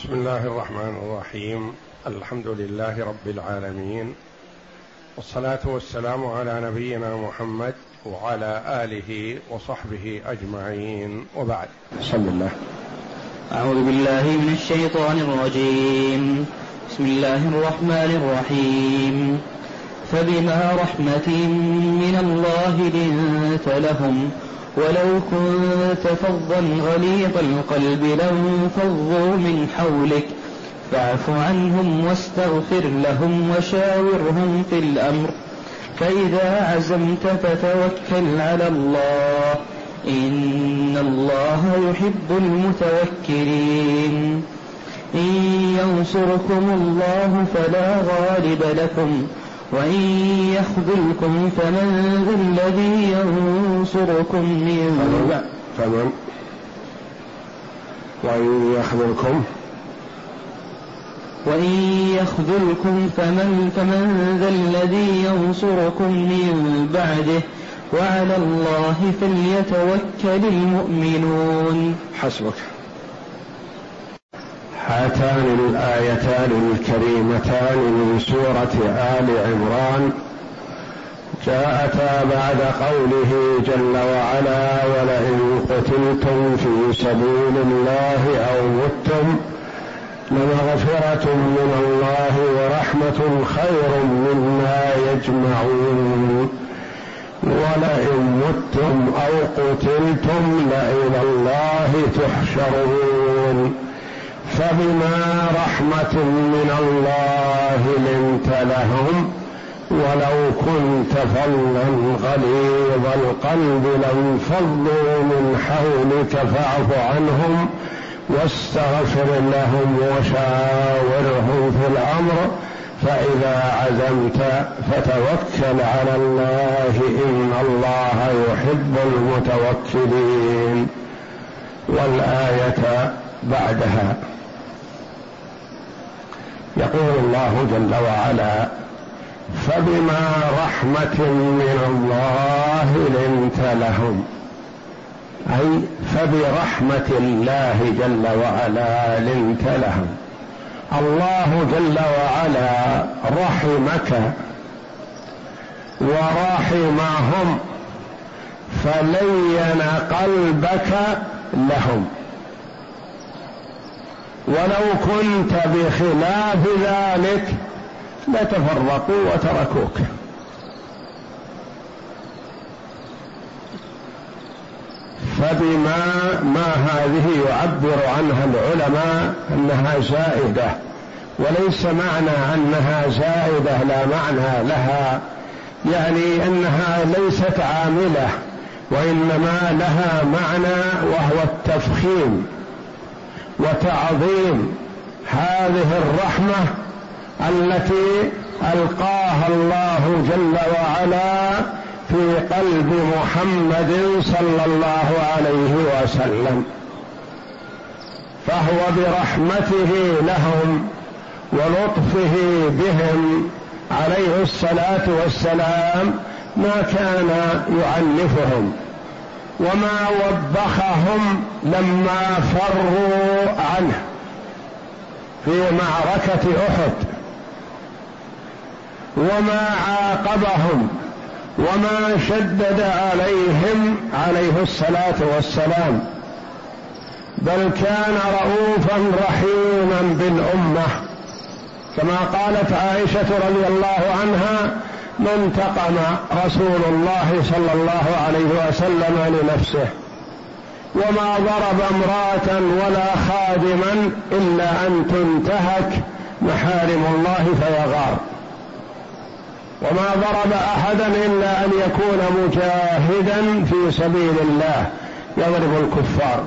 بسم الله الرحمن الرحيم. الحمد لله رب العالمين، والصلاة والسلام على نبينا محمد وعلى آله وصحبه أجمعين، وبعد. بسم الله. أعوذ بالله من الشيطان الرجيم. بسم الله الرحمن الرحيم. فبما رحمة من الله لنت لهم ولو كنت فظا غليظ القلب لانفضوا من حولك فاعف عنهم واستغفر لهم وشاورهم في الأمر فإذا عزمت فتوكل على الله إن الله يحب المتوكلين. إن ينصركم الله فلا غالب لكم وإن يخذلكم فمن ذا الذي ينصركم منه وإن يخذلكم فمن ذا الذي ينصركم من بعده وعلى الله فليتوكل المؤمنون. حسبك. هاتان الآيتان الكريمتان من سورة آل عمران جاءتا بعد قوله جل وعلا: ولئن قتلتم في سبيل الله أو متم لمغفرة من الله ورحمة خير مما يجمعون. ولئن متم أو قتلتم لإلى الله تحشرون. فبما رحمة من الله لنت لهم ولو كنت فظا غليظ القلب لانفضوا من حولك فاعف عنهم واستغفر لهم وشاورهم في الأمر فإذا عزمت فتوكل على الله إن الله يحب المتوكلين. والآية بعدها يقول الله جل وعلا: فبما رحمة من الله لنت لهم، أي فبرحمة الله جل وعلا لنت لهم. الله جل وعلا رحمك ورحمهم فلين قلبك لهم، ولو كنت بخلاف ذلك لتفرقوا وتركوك. فبما ما هذه يعبر عنها العلماء أنها زائدة، وليس معنى أنها زائدة لا معنى لها، يعني أنها ليست عاملة، وإنما لها معنى وهو التفخيم وتعظيم هذه الرحمة التي ألقاها الله جل وعلا في قلب محمد صلى الله عليه وسلم. فهو برحمته لهم ولطفه بهم عليه الصلاة والسلام ما كان يعنفهم وما وبخهم لما فروا عنه في معركة أحد، وما عاقبهم وما شدد عليهم عليه الصلاة والسلام، بل كان رؤوفا رحيما بالأمة، كما قالت عائشة رضي الله عنها: ما انتقم رسول الله صلى الله عليه وسلم لنفسه وما ضرب امرأة ولا خادما إلا أن تنتهك محارم الله فيغار، وما ضرب أحدا إلا أن يكون مجاهدا في سبيل الله يضرب الكفار.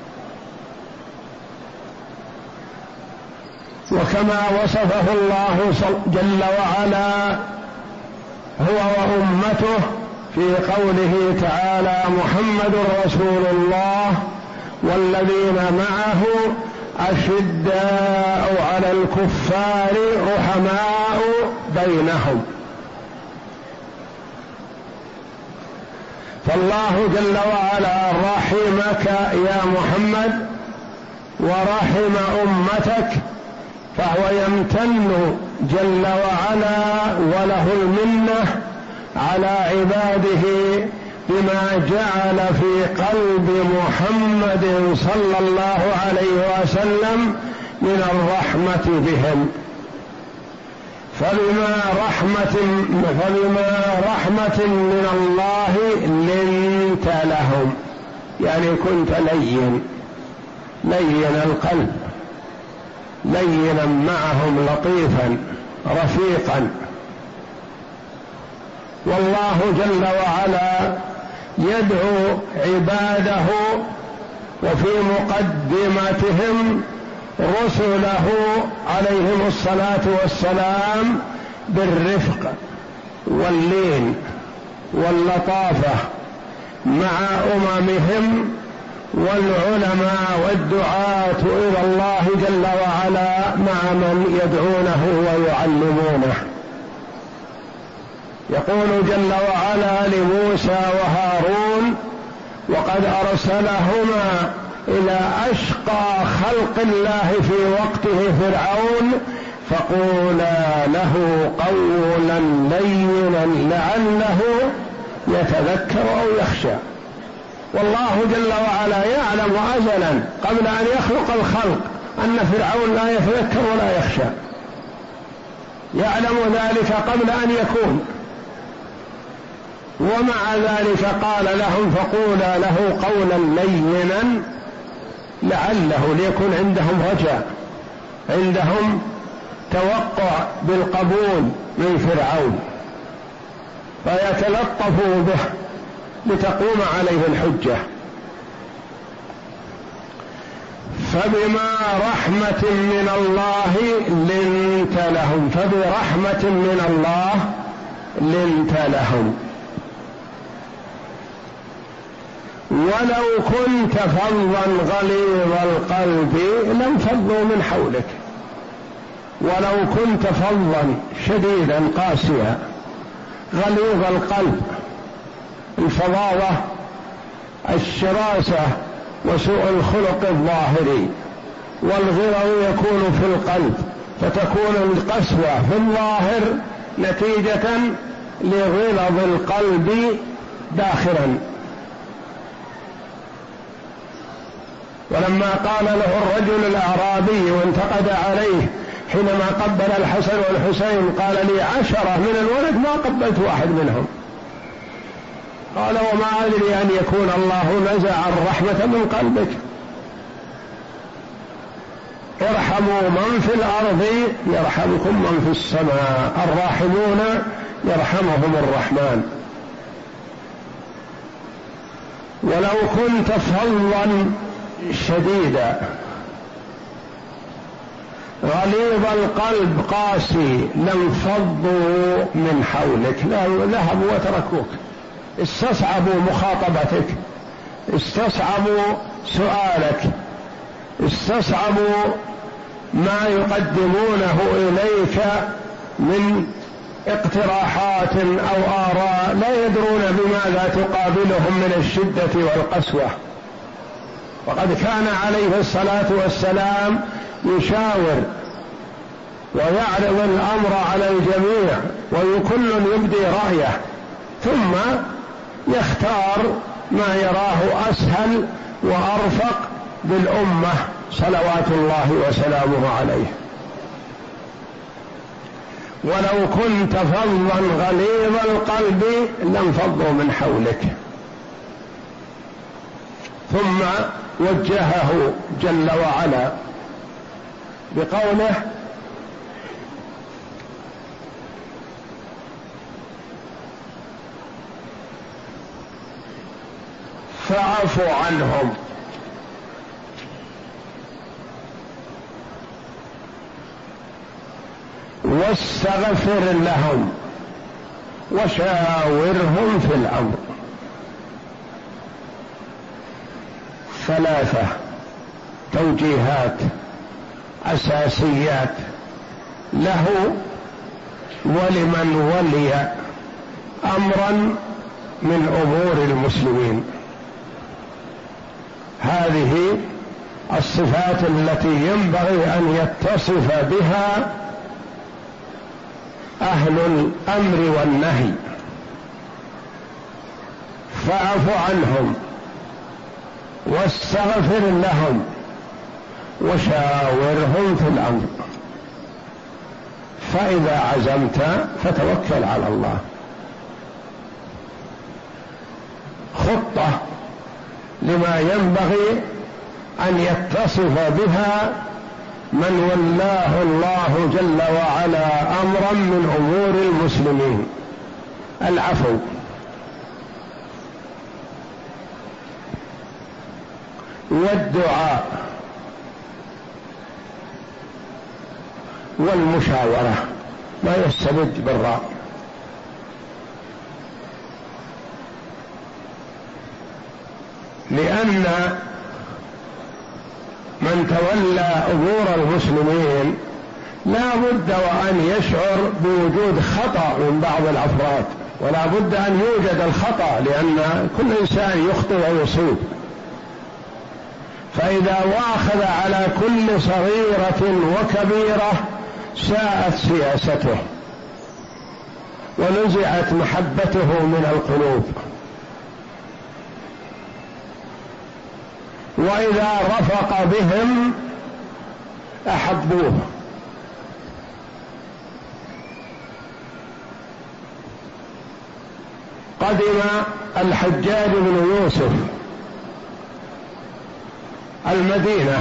وكما وصفه الله جل وعلا هو وأمته في قوله تعالى: محمد رسول الله والذين معه أشداء على الكفار رحماء بينهم. فالله جل وعلا رحمك يا محمد ورحم أمتك، فهو يمتن جل وعلا وله المنة على عباده بما جعل في قلب محمد صلى الله عليه وسلم من الرحمة بهم. فبما رحمة من الله لنت لهم، يعني كنت لين القلب، لينا معهم، لطيفا رفيقا. والله جل وعلا يدعو عباده وفي مقدمتهم رسله عليهم الصلاة والسلام بالرفق واللين واللطافة مع أممهم والعلماء والدعاة إلى الله جل وعلا مع من يدعونه ويعلمونه. يقول جل وعلا لموسى وهارون: وقد أرسلهما إلى أشقى خلق الله في وقته فرعون فقولا له قولا لينا لعله يتذكر أو يخشى. والله جل وعلا يعلم أزلا قبل أن يخلق الخلق أن فرعون لا يتذكر ولا يخشى، يعلم ذلك قبل أن يكون، ومع ذلك قال لهم فقولا له قولا لينا لعله، ليكون عندهم رجاء، عندهم توقع بالقبول من فرعون، فيتلطفوا به لتقوم عليه الحجة. فبما رحمة من الله لنت لهم، فبرحمة من الله لنت لهم. ولو كنت فظا غليظ القلب لانفضوا من حولك. ولو كنت فظا شديدا قاسيا غليظ القلب، الفظاظة الشراسة وسوء الخلق الظاهري، والغلظ يكون في القلب، فتكون القسوة في الظاهر نتيجة لغلظ القلب داخلا. ولما قال له الرجل الأعرابي وانتقد عليه حينما قبل الحسن والحسين قال لي 10 من الولد ما قبلت واحد منهم، قال وما أدري أن يكون الله نزع الرحمة من قلبك. ارحموا من في الأرض يرحمكم من في السماء، الراحمون يرحمهم الرحمن. ولو كنت فظا شديدا غليظ القلب قاسي لانفضوا من حولك، ذهبوا وتركوك، استصعبوا مخاطبتك، استصعبوا سؤالك، استصعبوا ما يقدمونه إليك من اقتراحات أو آراء لا يدرون بماذا تقابلهم من الشدة والقسوة. وقد كان عليه الصلاة والسلام يشاور ويعرض الأمر على الجميع وكل يبدي رأيه ثم يختار ما يراه أسهل وأرفق بالأمة صلوات الله وسلامه عليه. ولو كنت فظا غليظ القلب لانفضوا من حولك. ثم وجهه جل وعلا بقوله فاعف عنهم واستغفر لهم وشاورهم في الأمر. 3 توجيهات أساسيات له ولمن ولي أمرا من أمور المسلمين. هذه الصفات التي ينبغي أن يتصف بها أهل الأمر والنهي، فاعف عنهم واستغفر لهم وشاورهم في الأمر، فإذا عزمت فتوكل على الله. خطة لما ينبغي أن يتصف بها من ولاه الله جل وعلا أمرا من أمور المسلمين: العفو، والدعاء، والمشاورة، ما يستبد بالرأي. لأن من تولى أمور المسلمين لا بد وأن يشعر بوجود خطأ من بعض الأفراد، ولا بد أن يوجد الخطأ، لأن كل إنسان يخطئ ويصيب. فإذا واخذ على كل صغيرة وكبيرة ساءت سياسته ونزعت محبته من القلوب، وإذا رفق بهم أحبوه. قدم الحجاج بن يوسف المدينة،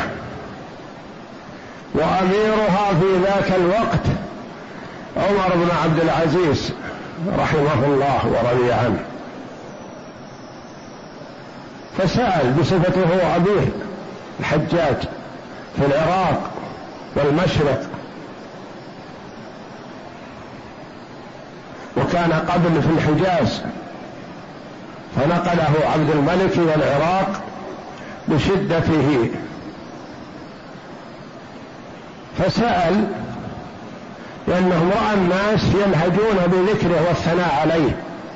وأميرها في ذاك الوقت عمر بن عبد العزيز رحمه الله ورضي عنه، فسأل بصفته هو أبيه الحجاج في العراق والمشرق، وكان قبل في الحجاز، فنقله عبد الملك إلى العراق بشدته، فسأل لأنه رأى الناس يلهجون بذكره والثناء عليه،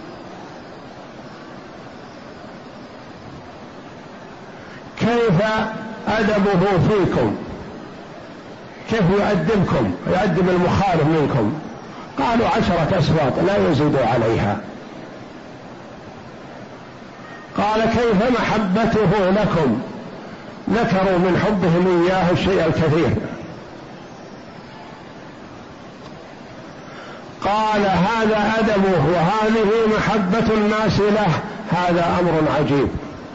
كيف أدبه فيكم؟ كيف يؤدبكم، يؤدب المخالف منكم؟ قالوا 10 أصوات لا يزيد عليها. قال كيف محبته لكم؟ ذكروا من حبهم إياه الشيء الكثير. قال هذا أدبه وهذه محبة الناس له، هذا أمر عجيب،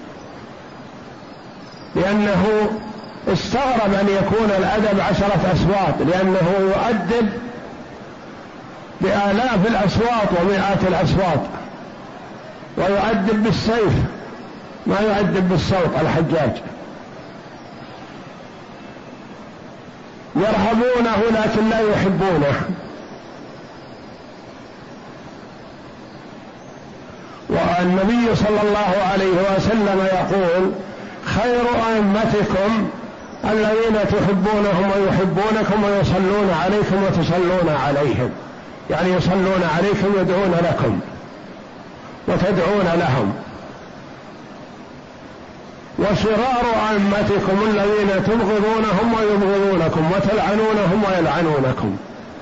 لأنه استغرب أن يكون الأدب 10 أصوات، لأنه يؤدب بآلاف الأصوات ومئات الأصوات، ويؤدب بالسيف ما يؤدب بالصوت. الحجاج يرهبونه لكن لا يحبونه. والنبي صلى الله عليه وسلم يقول خير أئمتكم الذين تحبونهم ويحبونكم ويصلون عليكم وتصلون عليهم، يعني يصلون عليكم يدعون لكم وتدعون لهم. وشرار أئمتكم الذين تبغضونهم ويبغضونكم وتلعنونهم ويلعنونكم.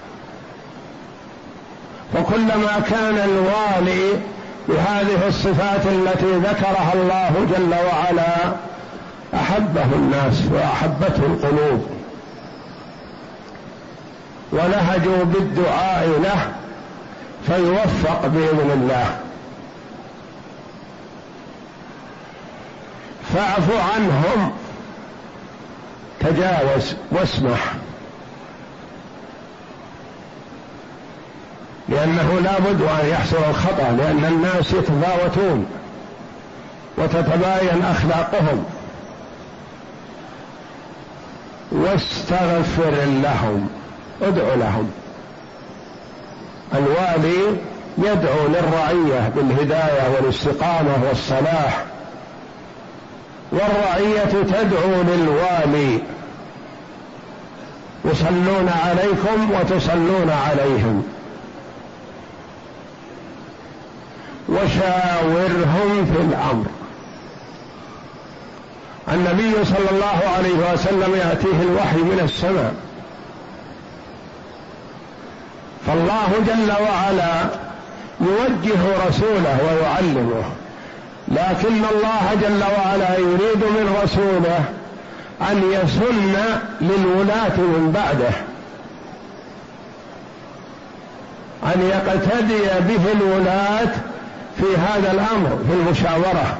فكلما كان الوالي بهذه الصفات التي ذكرها الله جل وعلا أحبه الناس وأحبته القلوب، ولهجوا بالدعاء له فيوفق بإذن الله. فاعف عنهم، تجاوز واسمح، لأنه لا بد أن يحصل الخطأ، لأن الناس يتفاوتون وتتباين أخلاقهم. واستغفر لهم، ادعو لهم. الوالي يدعو للرعية بالهداية والاستقامة والصلاح، والرعية تدعو للوالي، يصلون عليكم وتصلون عليهم. وشاورهم في الأمر، النبي صلى الله عليه وسلم يأتيه الوحي من السماء، فالله جل وعلا يوجه رسوله ويعلمه، لكن الله جل وعلا يريد من رسوله أن يسن للولاة من بعده، أن يقتدي به الولاة في هذا الأمر في المشاورة.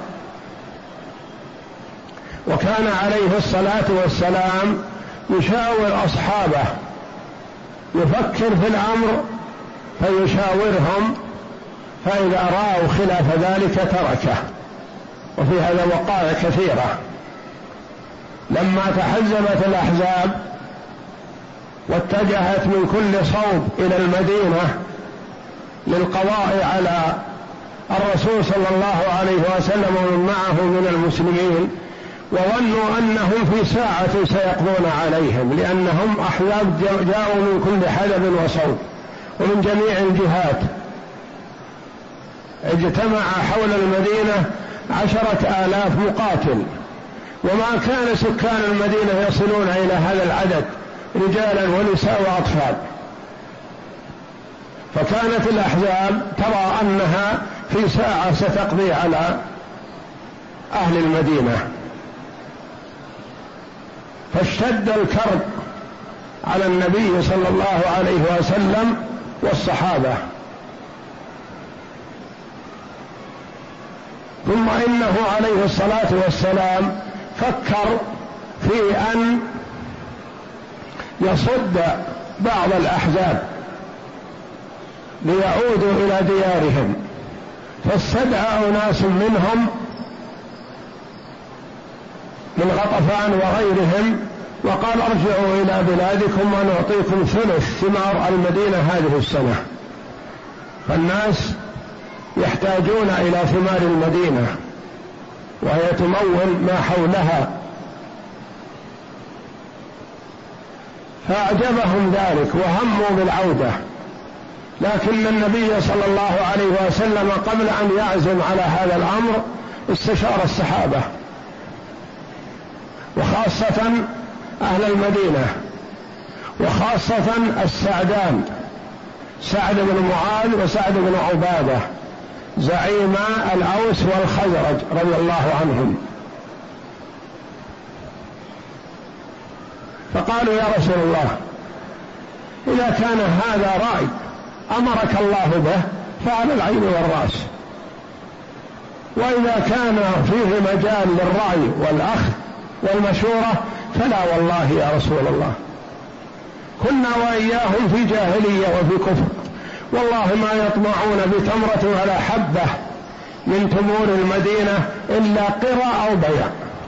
وكان عليه الصلاة والسلام يشاور أصحابه، يفكر في الأمر فيشاورهم، فإذا رأوا خلاف ذلك تركه. وفي هذا وقائع كثيرة. لما تحزبت الأحزاب واتجهت من كل صوب إلى المدينة للقضاء على الرسول صلى الله عليه وسلم ومن معه من المسلمين، وظنوا أنهم في ساعة سيقضون عليهم، لأنهم أحزاب جاءوا من كل حدب وصوب ومن جميع الجهات، اجتمع حول المدينة 10,000 مقاتل، وما كان سكان المدينة يصلون إلى هذا العدد، رجالا ونساء وأطفال. فكانت الأحزاب ترى أنها في ساعة ستقضي على أهل المدينة، فاشتد الكرب على النبي صلى الله عليه وسلم والصحابة. ثم إنه عليه الصلاة والسلام فكر في أن يصد بعض الأحزاب ليعودوا إلى ديارهم، فاستدعى أناس منهم من غطفان وغيرهم وقال ارجعوا إلى بلادكم ونعطيكم ثلث ثمار المدينة هذه السنة. فالناس يحتاجون إلى ثمار المدينة وهي تمول ما حولها، فأعجبهم ذلك وهموا بالعودة. لكن النبي صلى الله عليه وسلم قبل أن يعزم على هذا الأمر استشار الصحابة، وخاصة أهل المدينة، وخاصة السعدان، سعد بن معاذ وسعد بن عبادة زعيما الأوس والخزرج رضي الله عنهم. فقالوا يا رسول الله إذا كان هذا رأي أمرك الله به فعلى العين والرأس، وإذا كان فيه مجال للرأي والأخذ والمشورة فلا والله يا رسول الله، كنا وإياهم في جاهلية وفي كفر، والله ما يطمعون بتمرة ولا حبة من تمور المدينة إلا قرى أو بيع،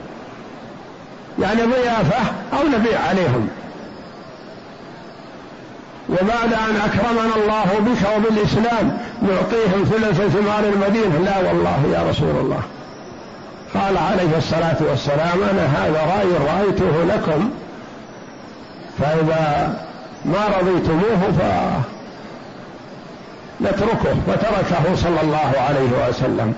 يعني ضيافة أو نبيع عليهم. وبعد أن أكرمنا الله بك وبالإسلام نعطيهم ثلث ثمار المدينة؟ لا والله يا رسول الله. قال عليه الصلاة والسلام أنا هذا رأي رأيته لكم، فإذا ما رضيتموه فنتركه، فتركه صلى الله عليه وسلم.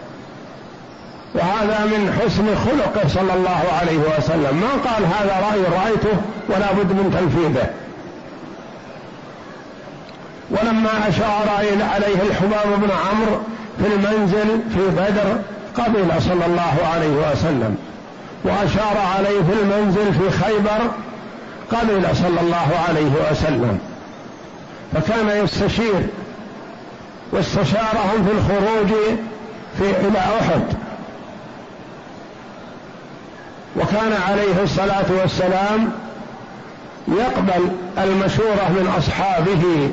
وهذا من حسن خلقه صلى الله عليه وسلم، ما قال هذا رأي رأيته ولا بد من تنفيذه. ولما أشار عليه الحباب بن عمرو في المنزل في بدر قبل صلى الله عليه وسلم، وأشار عليه في المنزل في خيبر قبل صلى الله عليه وسلم. فكان يستشير، واستشارهم في الخروج إلى أحد. وكان عليه الصلاة والسلام يقبل المشورة من أصحابه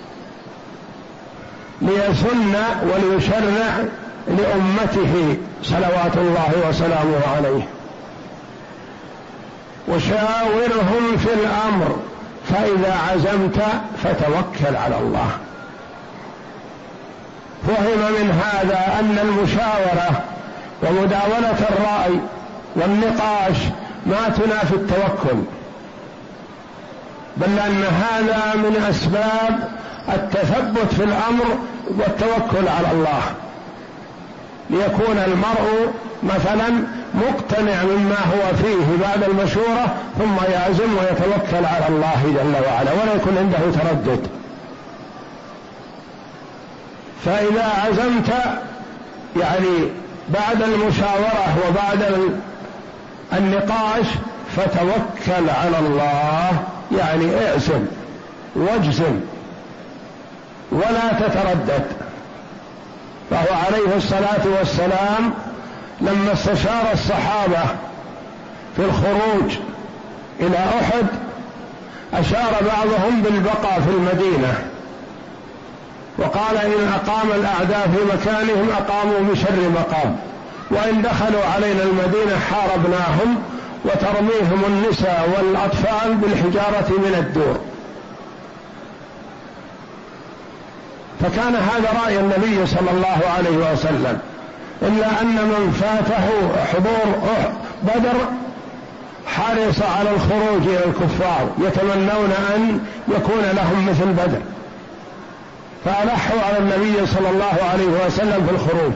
ليسن وليشرع لأمته صلوات الله وسلامه عليه. وشاورهم في الأمر فإذا عزمت فتوكل على الله. فهم من هذا أن المشاورة ومداولة الرأي والنقاش ما تنافي التوكل، بل أن هذا من أسباب التثبت في الأمر والتوكل على الله، ليكون المرء مثلا مقتنع مما هو فيه بعد المشورة، ثم يعزم ويتوكل على الله جل وعلا ولا يكون عنده تردد. فإذا عزمت يعني بعد المشاورة وبعد النقاش فتوكل على الله، يعني اعزم واجزم ولا تتردد. فهو عليه الصلاة والسلام لما استشار الصحابة في الخروج إلى أحد أشار بعضهم بالبقاء في المدينة، وقال إن أقام الأعداء في مكانهم أقاموا بشر مقام، وإن دخلوا علينا المدينة حاربناهم وترميهم النساء والأطفال بالحجارة من الدور. فكان هذا رأي النبي صلى الله عليه وسلم، إلا أن من فاته حضور بدر حرص على الخروج إلى الكفار، يتمنون أن يكون لهم مثل بدر، فألحوا على النبي صلى الله عليه وسلم في الخروج،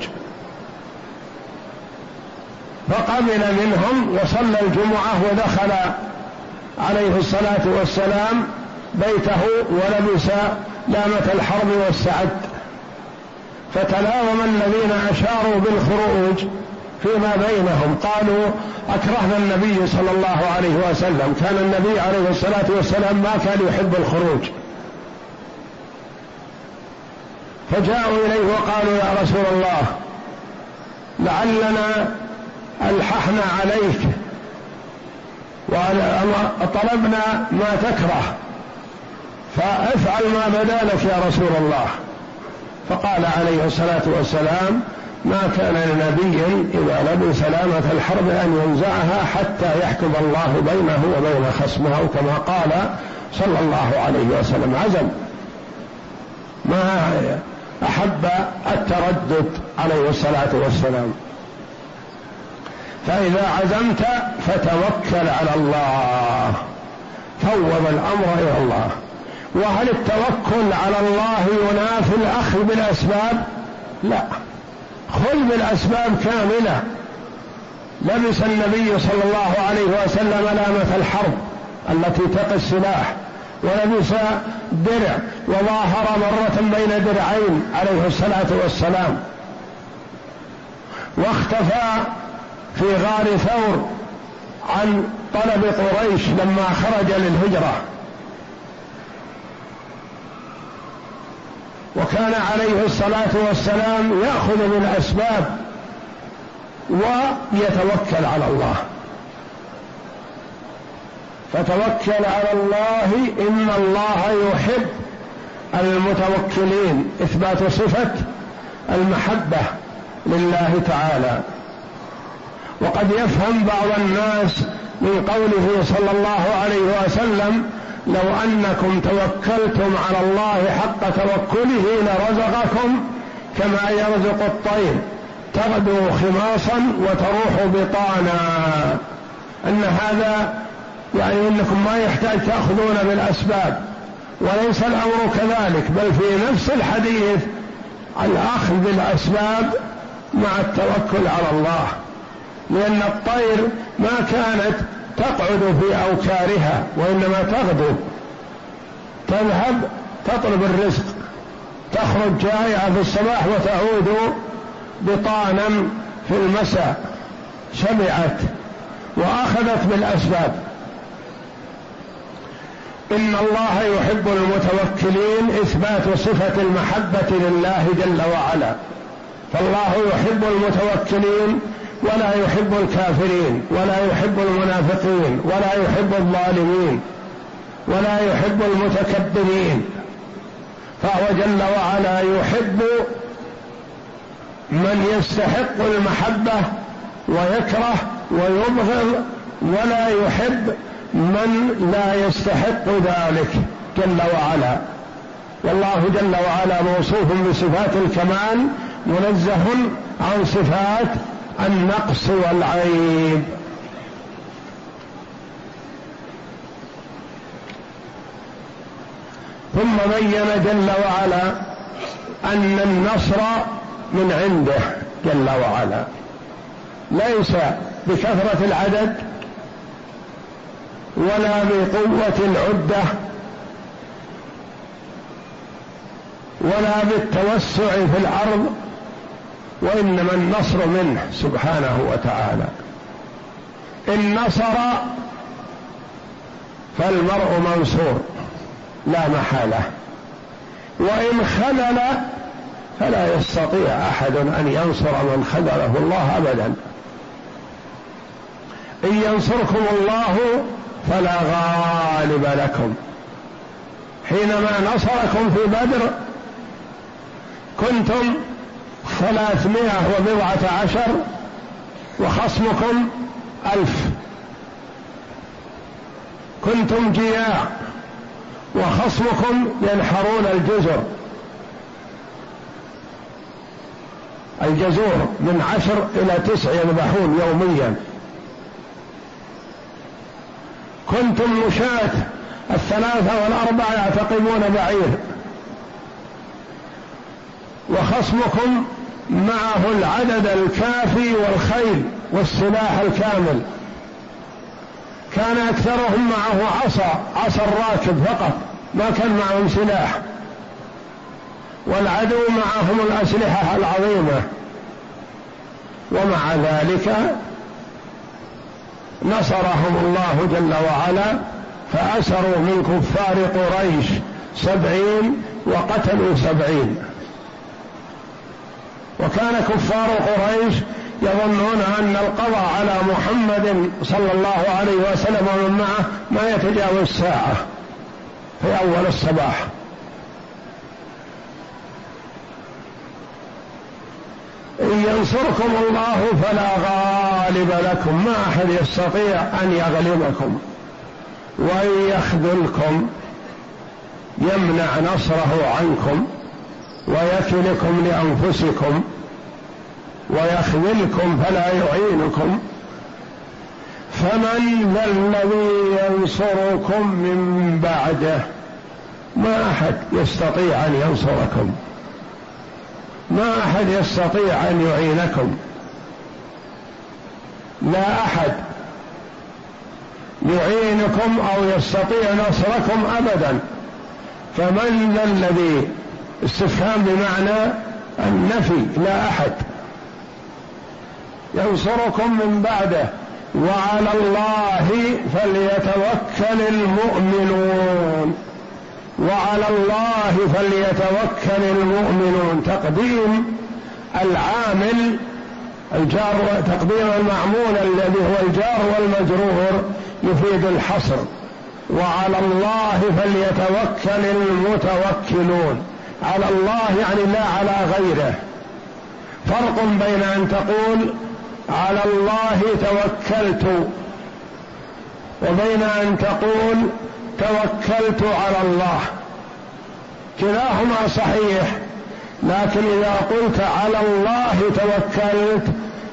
فقبل منهم وصلى الجمعة ودخل عليه الصلاة والسلام بيته ولبس لامة الحرب واستعد. فتلاوم الذين أشاروا بالخروج فيما بينهم، قالوا أكرهنا النبي صلى الله عليه وسلم، كان النبي عليه الصلاة والسلام ما كان يحب الخروج. فجاءوا إليه وقالوا يا رسول الله لعلنا ألححنا عليك وطلبنا ما تكره، فافعل ما بدا لك يا رسول الله. فقال عليه الصلاة والسلام ما كان لنبي إذا لبس لامة الحرب أن ينزعها حتى يحكم الله بينه وبين خصمه، أو كما قال صلى الله عليه وسلم. عزم، ما أحب التردد عليه الصلاة والسلام. فإذا عزمت فتوكل على الله، فوض الأمر إلى الله. وهل التوكل على الله ينافي الأخذ بالأسباب؟ لا، خذ بالأسباب كاملة. لبس النبي صلى الله عليه وسلم لامة الحرب التي تقي السلاح، ولبس درع وظاهر مرة بين درعين عليه الصلاة والسلام، واختفى في غار ثور عن طلب قريش لما خرج للهجرة، وكان عليه الصلاة والسلام يأخذ بالأسباب ويتوكل على الله. فتوكل على الله إن الله يحب المتوكلين، إثبات صفة المحبة لله تعالى. وقد يفهم بعض الناس من قوله صلى الله عليه وسلم لو أنكم توكلتم على الله حق توكله لرزقكم كما يرزق الطير تغدو خماصا وتروح بطانا، أن هذا يعني أنكم ما يحتاج تأخذون بالأسباب، وليس الأمر كذلك، بل في نفس الحديث الأخذ بالأسباب مع التوكل على الله، لأن الطير ما كانت تقعد في أوكارها وإنما تغدو، تذهب تطلب الرزق، تخرج جائعة في الصباح وتعود بطانا في المساء، شبعت وأخذت بالأسباب. إن الله يحب المتوكلين، إثبات صفة المحبة لله جل وعلا. فالله يحب المتوكلين ولا يحب الكافرين ولا يحب المنافقين ولا يحب الظالمين ولا يحب المتكبرين، فهو جل وعلا يحب من يستحق المحبة ويكره ويبغض، ولا يحب من لا يستحق ذلك جل وعلا. والله جل وعلا موصوف بصفات الكمال، منزه عن صفات النقص والعيب. ثم بين جل وعلا أن النصر من عنده جل وعلا، ليس بكثرة العدد ولا بقوة العدة ولا بالتوسع في الأرض، وإنما النصر منه سبحانه وتعالى. إن نصر فالمرء منصور لا محالة، وإن خذل فلا يستطيع أحد أن ينصر من خذله الله أبدا. إن ينصركم الله فلا غالب لكم. حينما نصركم في بدر كنتم 319 وخصمكم 1000، كنتم جياع وخصمكم ينحرون الجزور من 10 إلى 9 يذبحون يوميا. كنتم مشاة 3 و4 يعتقمون بعير، وخصمكم معه العدد الكافي والخيل والسلاح الكامل. كان أكثرهم معه عصا الراكب فقط، ما كان معهم سلاح، والعدو معهم الأسلحة العظيمة. ومع ذلك نصرهم الله جل وعلا، فأسروا من كفار قريش 70 وقتلوا 70. وكان كفار قريش يظنون أن القضاء على محمد صلى الله عليه وسلم ومن معه ما يتجاوز ساعة في أول الصباح. إن ينصركم الله فلا غالب لكم، ما أحد يستطيع أن يغلبكم. وإن يخذلكم يمنع نصره عنكم ويكلكم لأنفسكم، ويخذلكم فلا يعينكم. فمن ذا الذي ينصركم من بعده؟ ما أحد يستطيع أن ينصركم، ما أحد يستطيع أن يعينكم، لا أحد يعينكم أو يستطيع نصركم أبدا. فمن ذا الذي، استفهام بمعنى النفي، لا أحد ينصركم من بعده. وعلى الله فليتوكل المؤمنون، وعلى الله فليتوكل المؤمنون. تقديم العامل الجار، تقديم المعمول الذي هو الجار والمجرور يفيد الحصر. وعلى الله فليتوكل المتوكلون. على الله يعني لا على غيره. فرق بين أن تقول على الله توكلت وبين أن تقول توكلت على الله، كلاهما صحيح، لكن إذا قلت على الله توكلت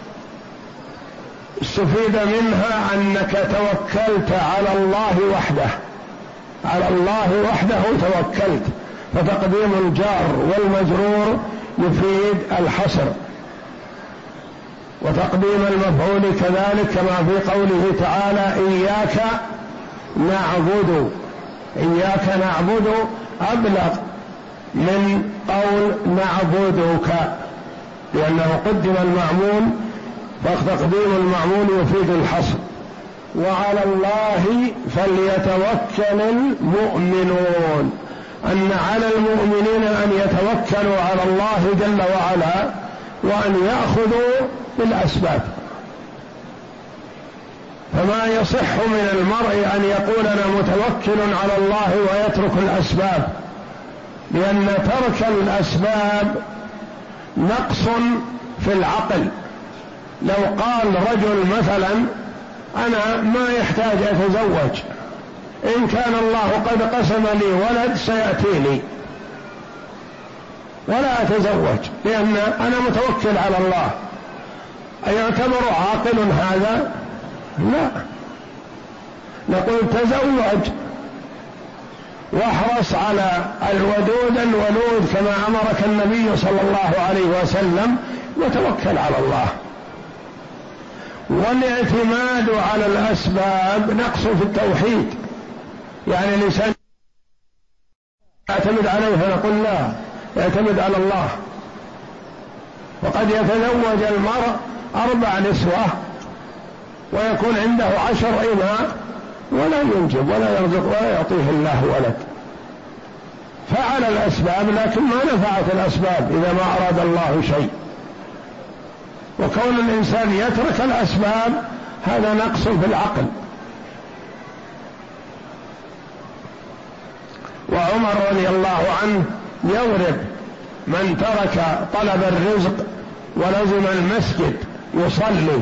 استفيد منها أنك توكلت على الله وحده، على الله وحده توكلت، فتقديم الجار والمجرور يفيد الحصر. وتقديم المفعول كذلك كما في قوله تعالى إياك نعبد، إياك نعبد أبلغ من قول نعبدك، لأنه قدم المعمول، فتقديم المعمول يفيد الحصر. وعلى الله فليتوكل المؤمنون، أن على المؤمنين أن يتوكلوا على الله جل وعلا وأن يأخذوا بالأسباب. فما يصح من المرء أن يقول أنا متوكل على الله ويترك الأسباب، لأن ترك الأسباب نقص في العقل. لو قال رجل مثلا أنا ما يحتاج أتزوج، إن كان الله قد قسم لي ولد سيأتيني ولا أتزوج لأن أنا متوكل على الله، أيعتبر عاقل هذا؟ لا، نقول تزوج واحرص على الولود كما أمرك النبي صلى الله عليه وسلم، وتوكل على الله. والاعتماد على الأسباب نقص في التوحيد. يعني الإنسان يعتمد عليها، نقول لا، يعتمد على الله. وقد يتزوج المرء 4 نسوة ويكون عنده 10 إماء ولا ينجب ولا يرزق ولا يعطيه الله ولد. فعل الأسباب لكن ما نفعت الأسباب إذا ما أراد الله شيء. وكون الإنسان يترك الأسباب هذا نقص في العقل. وعمر رضي الله عنه يضرب من ترك طلب الرزق ولزم المسجد يصلي،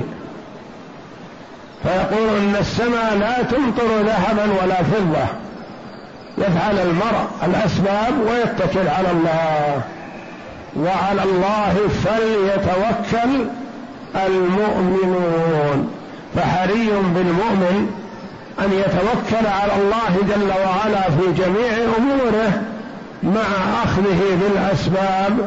فيقول إن السماء لا تمطر ذهبا ولا فضة. يفعل المرء الأسباب ويتكل على الله، وعلى الله فليتوكل المؤمنون. فحري بالمؤمن أن يتوكل على الله جل وعلا في جميع أموره مع أخذه بالأسباب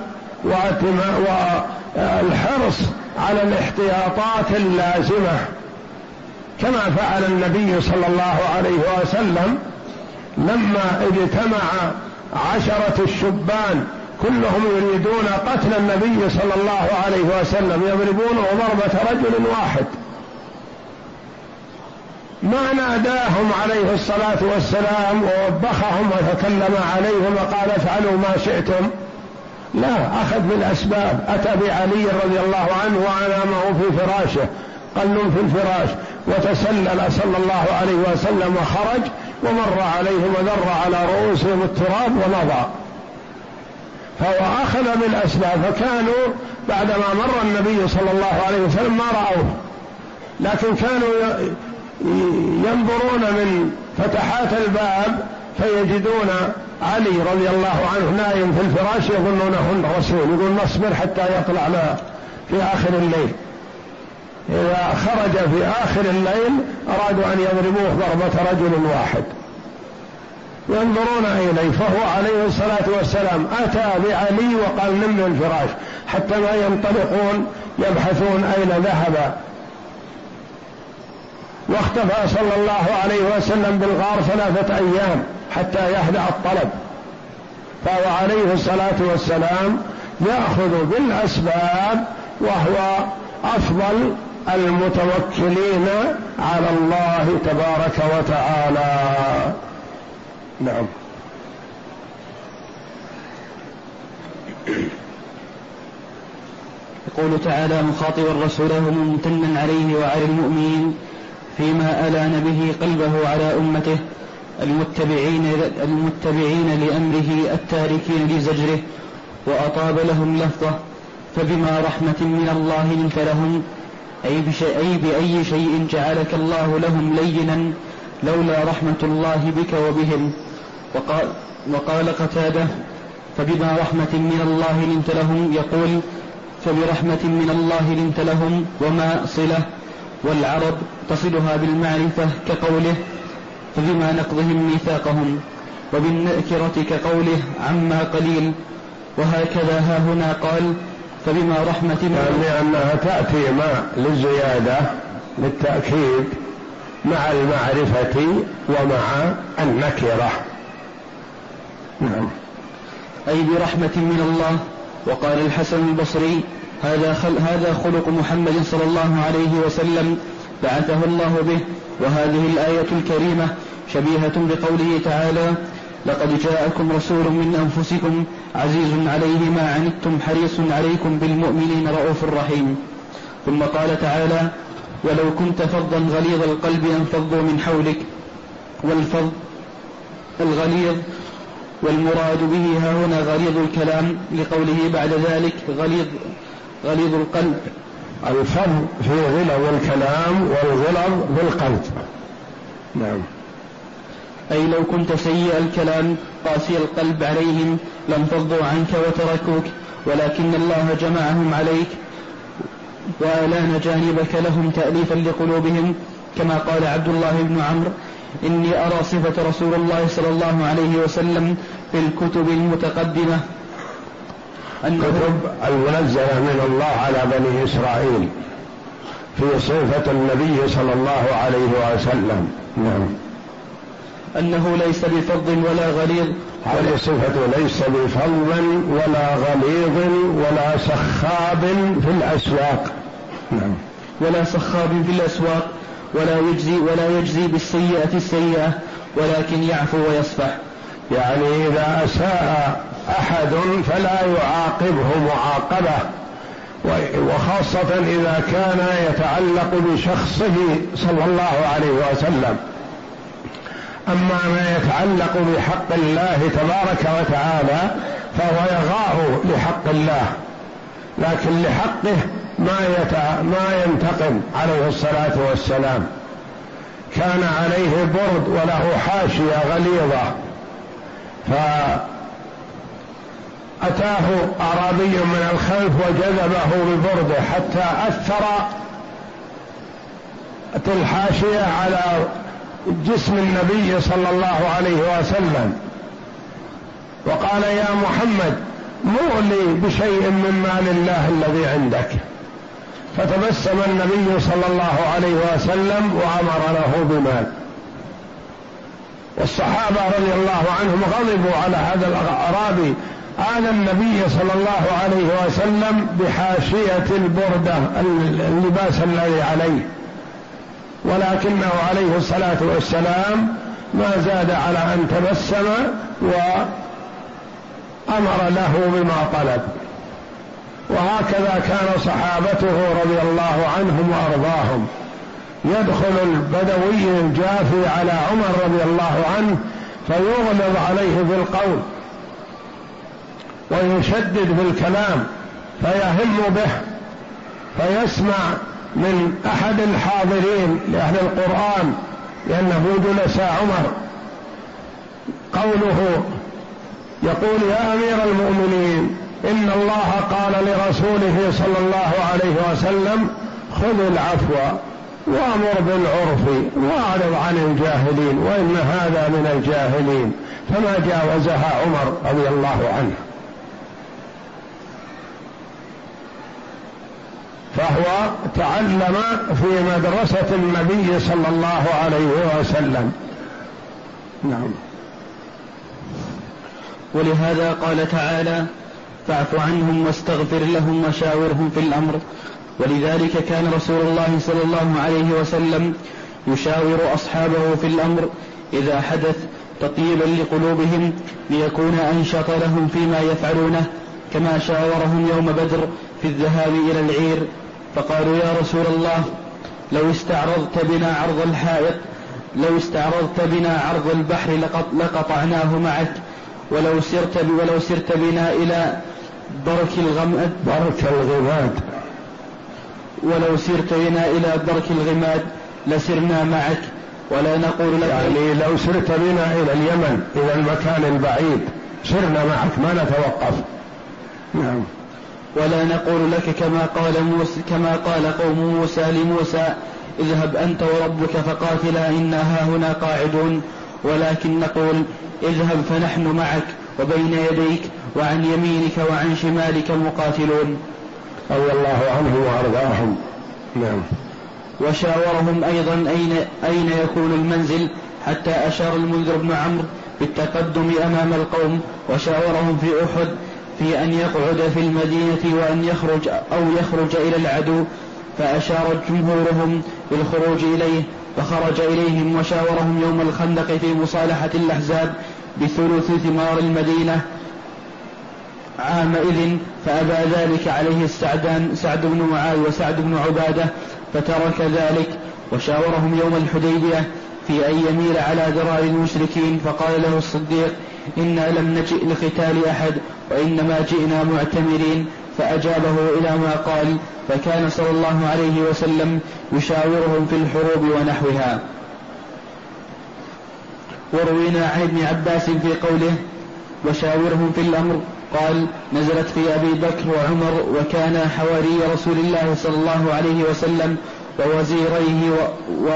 والحرص على الاحتياطات اللازمة، كما فعل النبي صلى الله عليه وسلم لما اجتمع 10 الشبان كلهم يريدون قتل النبي صلى الله عليه وسلم، يضربونه ضربة رجل واحد، ما ناداهم عليه الصلاة والسلام ووبخهم وتكلم عليهم وقال افعلوا ما شئتم، لا، أخذ بالأسباب. أتى بعلي رضي الله عنه وأنامه في فراشه، قل في الفراش، وتسلل صلى الله عليه وسلم وخرج ومر عليهم وذر على رؤوسهم التراب ومضى. فهو أخذ بالأسباب، فكانوا بعدما مر النبي صلى الله عليه وسلم ما رأوه، لكن كانوا ينظرون من فتحات الباب فيجدون علي رضي الله عنه نايم في الفراش، يظنونه الرسول، يقول نصبر حتى يطلع له في آخر الليل. إذا خرج في آخر الليل أرادوا أن يضربوه ضربة رجل واحد، ينظرون إليه، فهو عليه الصلاة والسلام أتى بعلي وقال نم من الفراش، حتى ما ينطلقون يبحثون أين ذهب. واختفى صلى الله عليه وسلم بالغار 3 أيام حتى يهدأ الطلب. فهو عليه الصلاة والسلام يأخذ بالأسباب، وهو أفضل المتوكلين على الله تبارك وتعالى. نعم. يقول تعالى مخاطبا رسوله ممتنا عليه وعلى المؤمنين فيما ألان به قلبه على أمته المتبعين لأمره التاركين لزجره، وأطاب لهم لفظه، فبما رحمة من الله لنت لهم، أي بأي شيء جعلك الله لهم لينا لولا رحمة الله بك وبهم. وقال قتادة فبما رحمة من الله لنت لهم، يقول فبرحمة من الله لنت لهم، وما صلة، والعرب تصلها بالمعرفة كقوله فبما نقضهم ميثاقهم، وبالنكرة كقوله عما قليل. وهكذا ها هنا قال فبما رحمة لأنها تأتي مع للزيادة للتأكيد مع المعرفة ومع النكرة. نعم. أي برحمة من الله. وقال الحسن البصري هذا خلق محمد صلى الله عليه وسلم بعثه الله به. وهذه الآية الكريمة شبيهة بقوله تعالى لقد جاءكم رسول من أنفسكم عزيز عليه ما عنتم حريص عليكم بالمؤمنين رؤوف رحيم. ثم قال تعالى ولو كنت فظا غليظ القلب انفضوا من حولك. والفظ الغليظ، والمراد به ها هنا غليظ الكلام، لقوله بعد ذلك غليظ القلب. الفظ في غلظ الكلام والغلظ بالقلب. نعم. أي لو كنت سيء الكلام قاسي القلب عليهم لانفضوا عنك وتركوك، ولكن الله جمعهم عليك وألان جانبك لهم تأليفا لقلوبهم، كما قال عبد الله بن عمرو إني أرى صفة رسول الله صلى الله عليه وسلم في الكتب المتقدمة الكتب المنزلة من الله على بني إسرائيل، في صفة النبي صلى الله عليه وسلم. نعم. أنه ليس بفظ ولا غليظ. هذه صفة ليس بفظ ولا غليظ ولا سخاب في الأسواق. نعم. ولا سخاب في الأسواق ولا يجزي بالسيئة السيئة ولكن يعفو ويصفح. يعني إذا أساء أحد فلا يعاقبه معاقبة، وخاصة إذا كان يتعلق بشخصه صلى الله عليه وسلم. أما ما يتعلق بحق الله تبارك وتعالى فهو يغار لحق الله، لكن لحقه ما ينتقم عليه الصلاة والسلام. كان عليه برد وله حاشية غليظة، فأتاه أعرابي من الخلف وجذبه ببرده حتى أثر الحاشية على جسم النبي صلى الله عليه وسلم، وقال: يا محمد مر لي بشيء من مال الله الذي عندك. فتبسم النبي صلى الله عليه وسلم وأمر له بمال. والصحابة رضي الله عنهم غضبوا على هذا الأعرابي، آذى النبي صلى الله عليه وسلم بحاشية البردة اللباس الذي عليه، ولكنه عليه الصلاة والسلام ما زاد على أن تبسم وأمر له بما طلب. وهكذا كان صحابته رضي الله عنهم وأرضاهم. يدخل البدوي الجافي على عمر رضي الله عنه فيغلظ عليه بالقول ويشدد بالكلام فيهم به، فيسمع من أحد الحاضرين لأهل القرآن لأنه جلس عمر قوله، يقول: يا أمير المؤمنين، إن الله قال لرسوله صلى الله عليه وسلم: خذ العفو وأمر بالعرف وأعرض عن الجاهلين، وإن هذا من الجاهلين. فما جاوزها عمر رضي الله عنه. فهو تعلم في مدرسة النبي صلى الله عليه وسلم. نعم. ولهذا قال تعالى: فاعف عنهم واستغفر لهم وشاورهم في الأمر. ولذلك كان رسول الله صلى الله عليه وسلم يشاور أصحابه في الأمر إذا حدث تطيبا لقلوبهم ليكون أنشط لهم فيما يفعلونه، كما شاورهم يوم بدر في الذهاب إلى العير، فقالوا: يا رسول الله، لو استعرضت بنا عرض البحر لقطعناه معك، ولو سرت بنا إلى درك الغماد لسرنا معك، ولا نقول لك، يعني لو سرت بنا إلى اليمن إلى المكان البعيد سرنا معك ما نتوقف. نعم. ولا نقول لك كما قال قوم موسى لموسى: اذهب أنت وربك فقاتلا إنا هاهنا قاعدون، ولكن نقول: اذهب فنحن معك، وبين يديك وعن يمينك وعن شمالك مقاتلون. رضي الله عنهم وأرضاهم. نعم. وشاورهم أيضا أين يكون المنزل، حتى أشار المنذر بن عمرو بالتقدم أمام القوم، وشاورهم في أحد في أن يقعد في المدينة وأن يخرج إلى العدو، فأشارت جمهورهم بالخروج إليه، فخرج إليهم وشاورهم يوم الخندق في مصالحة الأحزاب بثلث ثمار المدينة عامئذ، فأبى ذلك عليه السعدان سعد بن معاذ وسعد بن عبادة فترك ذلك. وشاورهم يوم الحديبية في أن يميل على ذراع المشركين، فقال له الصديق: إنا لم نجئ لقتال أحد وإنما جئنا معتمرين، فأجابه إلى ما قال، فكان صلى الله عليه وسلم يشاورهم في الحروب ونحوها. وروينا عن ابن عباس في قوله: وشاورهم في الأمر، قال: نزلت في أبي بكر وعمر وكان حواري رسول الله صلى الله عليه وسلم ووزيريه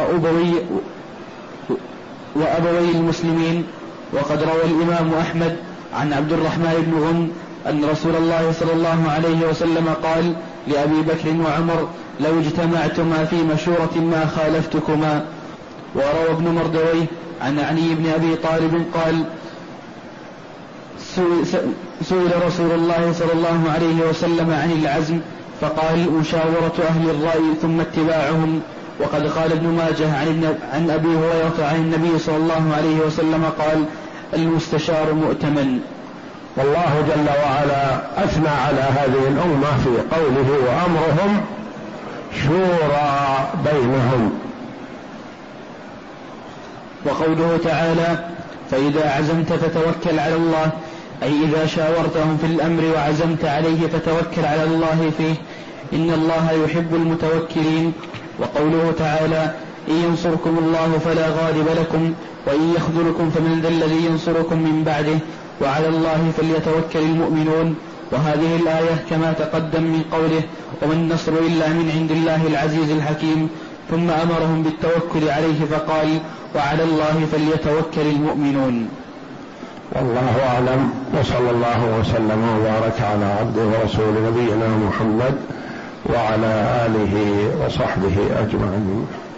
وأبوي المسلمين. وقد روى الإمام أحمد عن عبد الرحمن بن غنم أن رسول الله صلى الله عليه وسلم قال: لأبي بكر وعمر لو اجتمعتما في مشورة ما خالفتكما. وروى ابن مردويه عن علي بن أبي طالب قال سئل رسول الله صلى الله عليه وسلم عن العزم فقال مشاورة أهل الرأي ثم اتباعهم. وقد قال ابن ماجه عن أبي هريرة عن النبي صلى الله عليه وسلم قال المستشار مؤتمن. والله جل وعلا أثنى على هذه الأمة في قوله وأمرهم شورى بينهم. وقوله تعالى فإذا عزمت فتوكل على الله، أي إذا شاورتهم في الأمر وعزمت عليه فتوكل على الله فيه، إن الله يحب المتوكلين. وقوله تعالى إن ينصركم الله فلا غالب لكم وإن يخذلكم فمن ذا الذي ينصركم من بعده وعلى الله فليتوكل المؤمنون. وهذه الآية كما تقدم من قوله وما النصر إلا من عند الله العزيز الحكيم، ثم أمرهم بالتوكل عليه فقال وعلى الله فليتوكل المؤمنون. والله أعلم، وصلى الله وسلم وبارك على عبده ورسول نبينا محمد وعلى آله وصحبه أجمعين.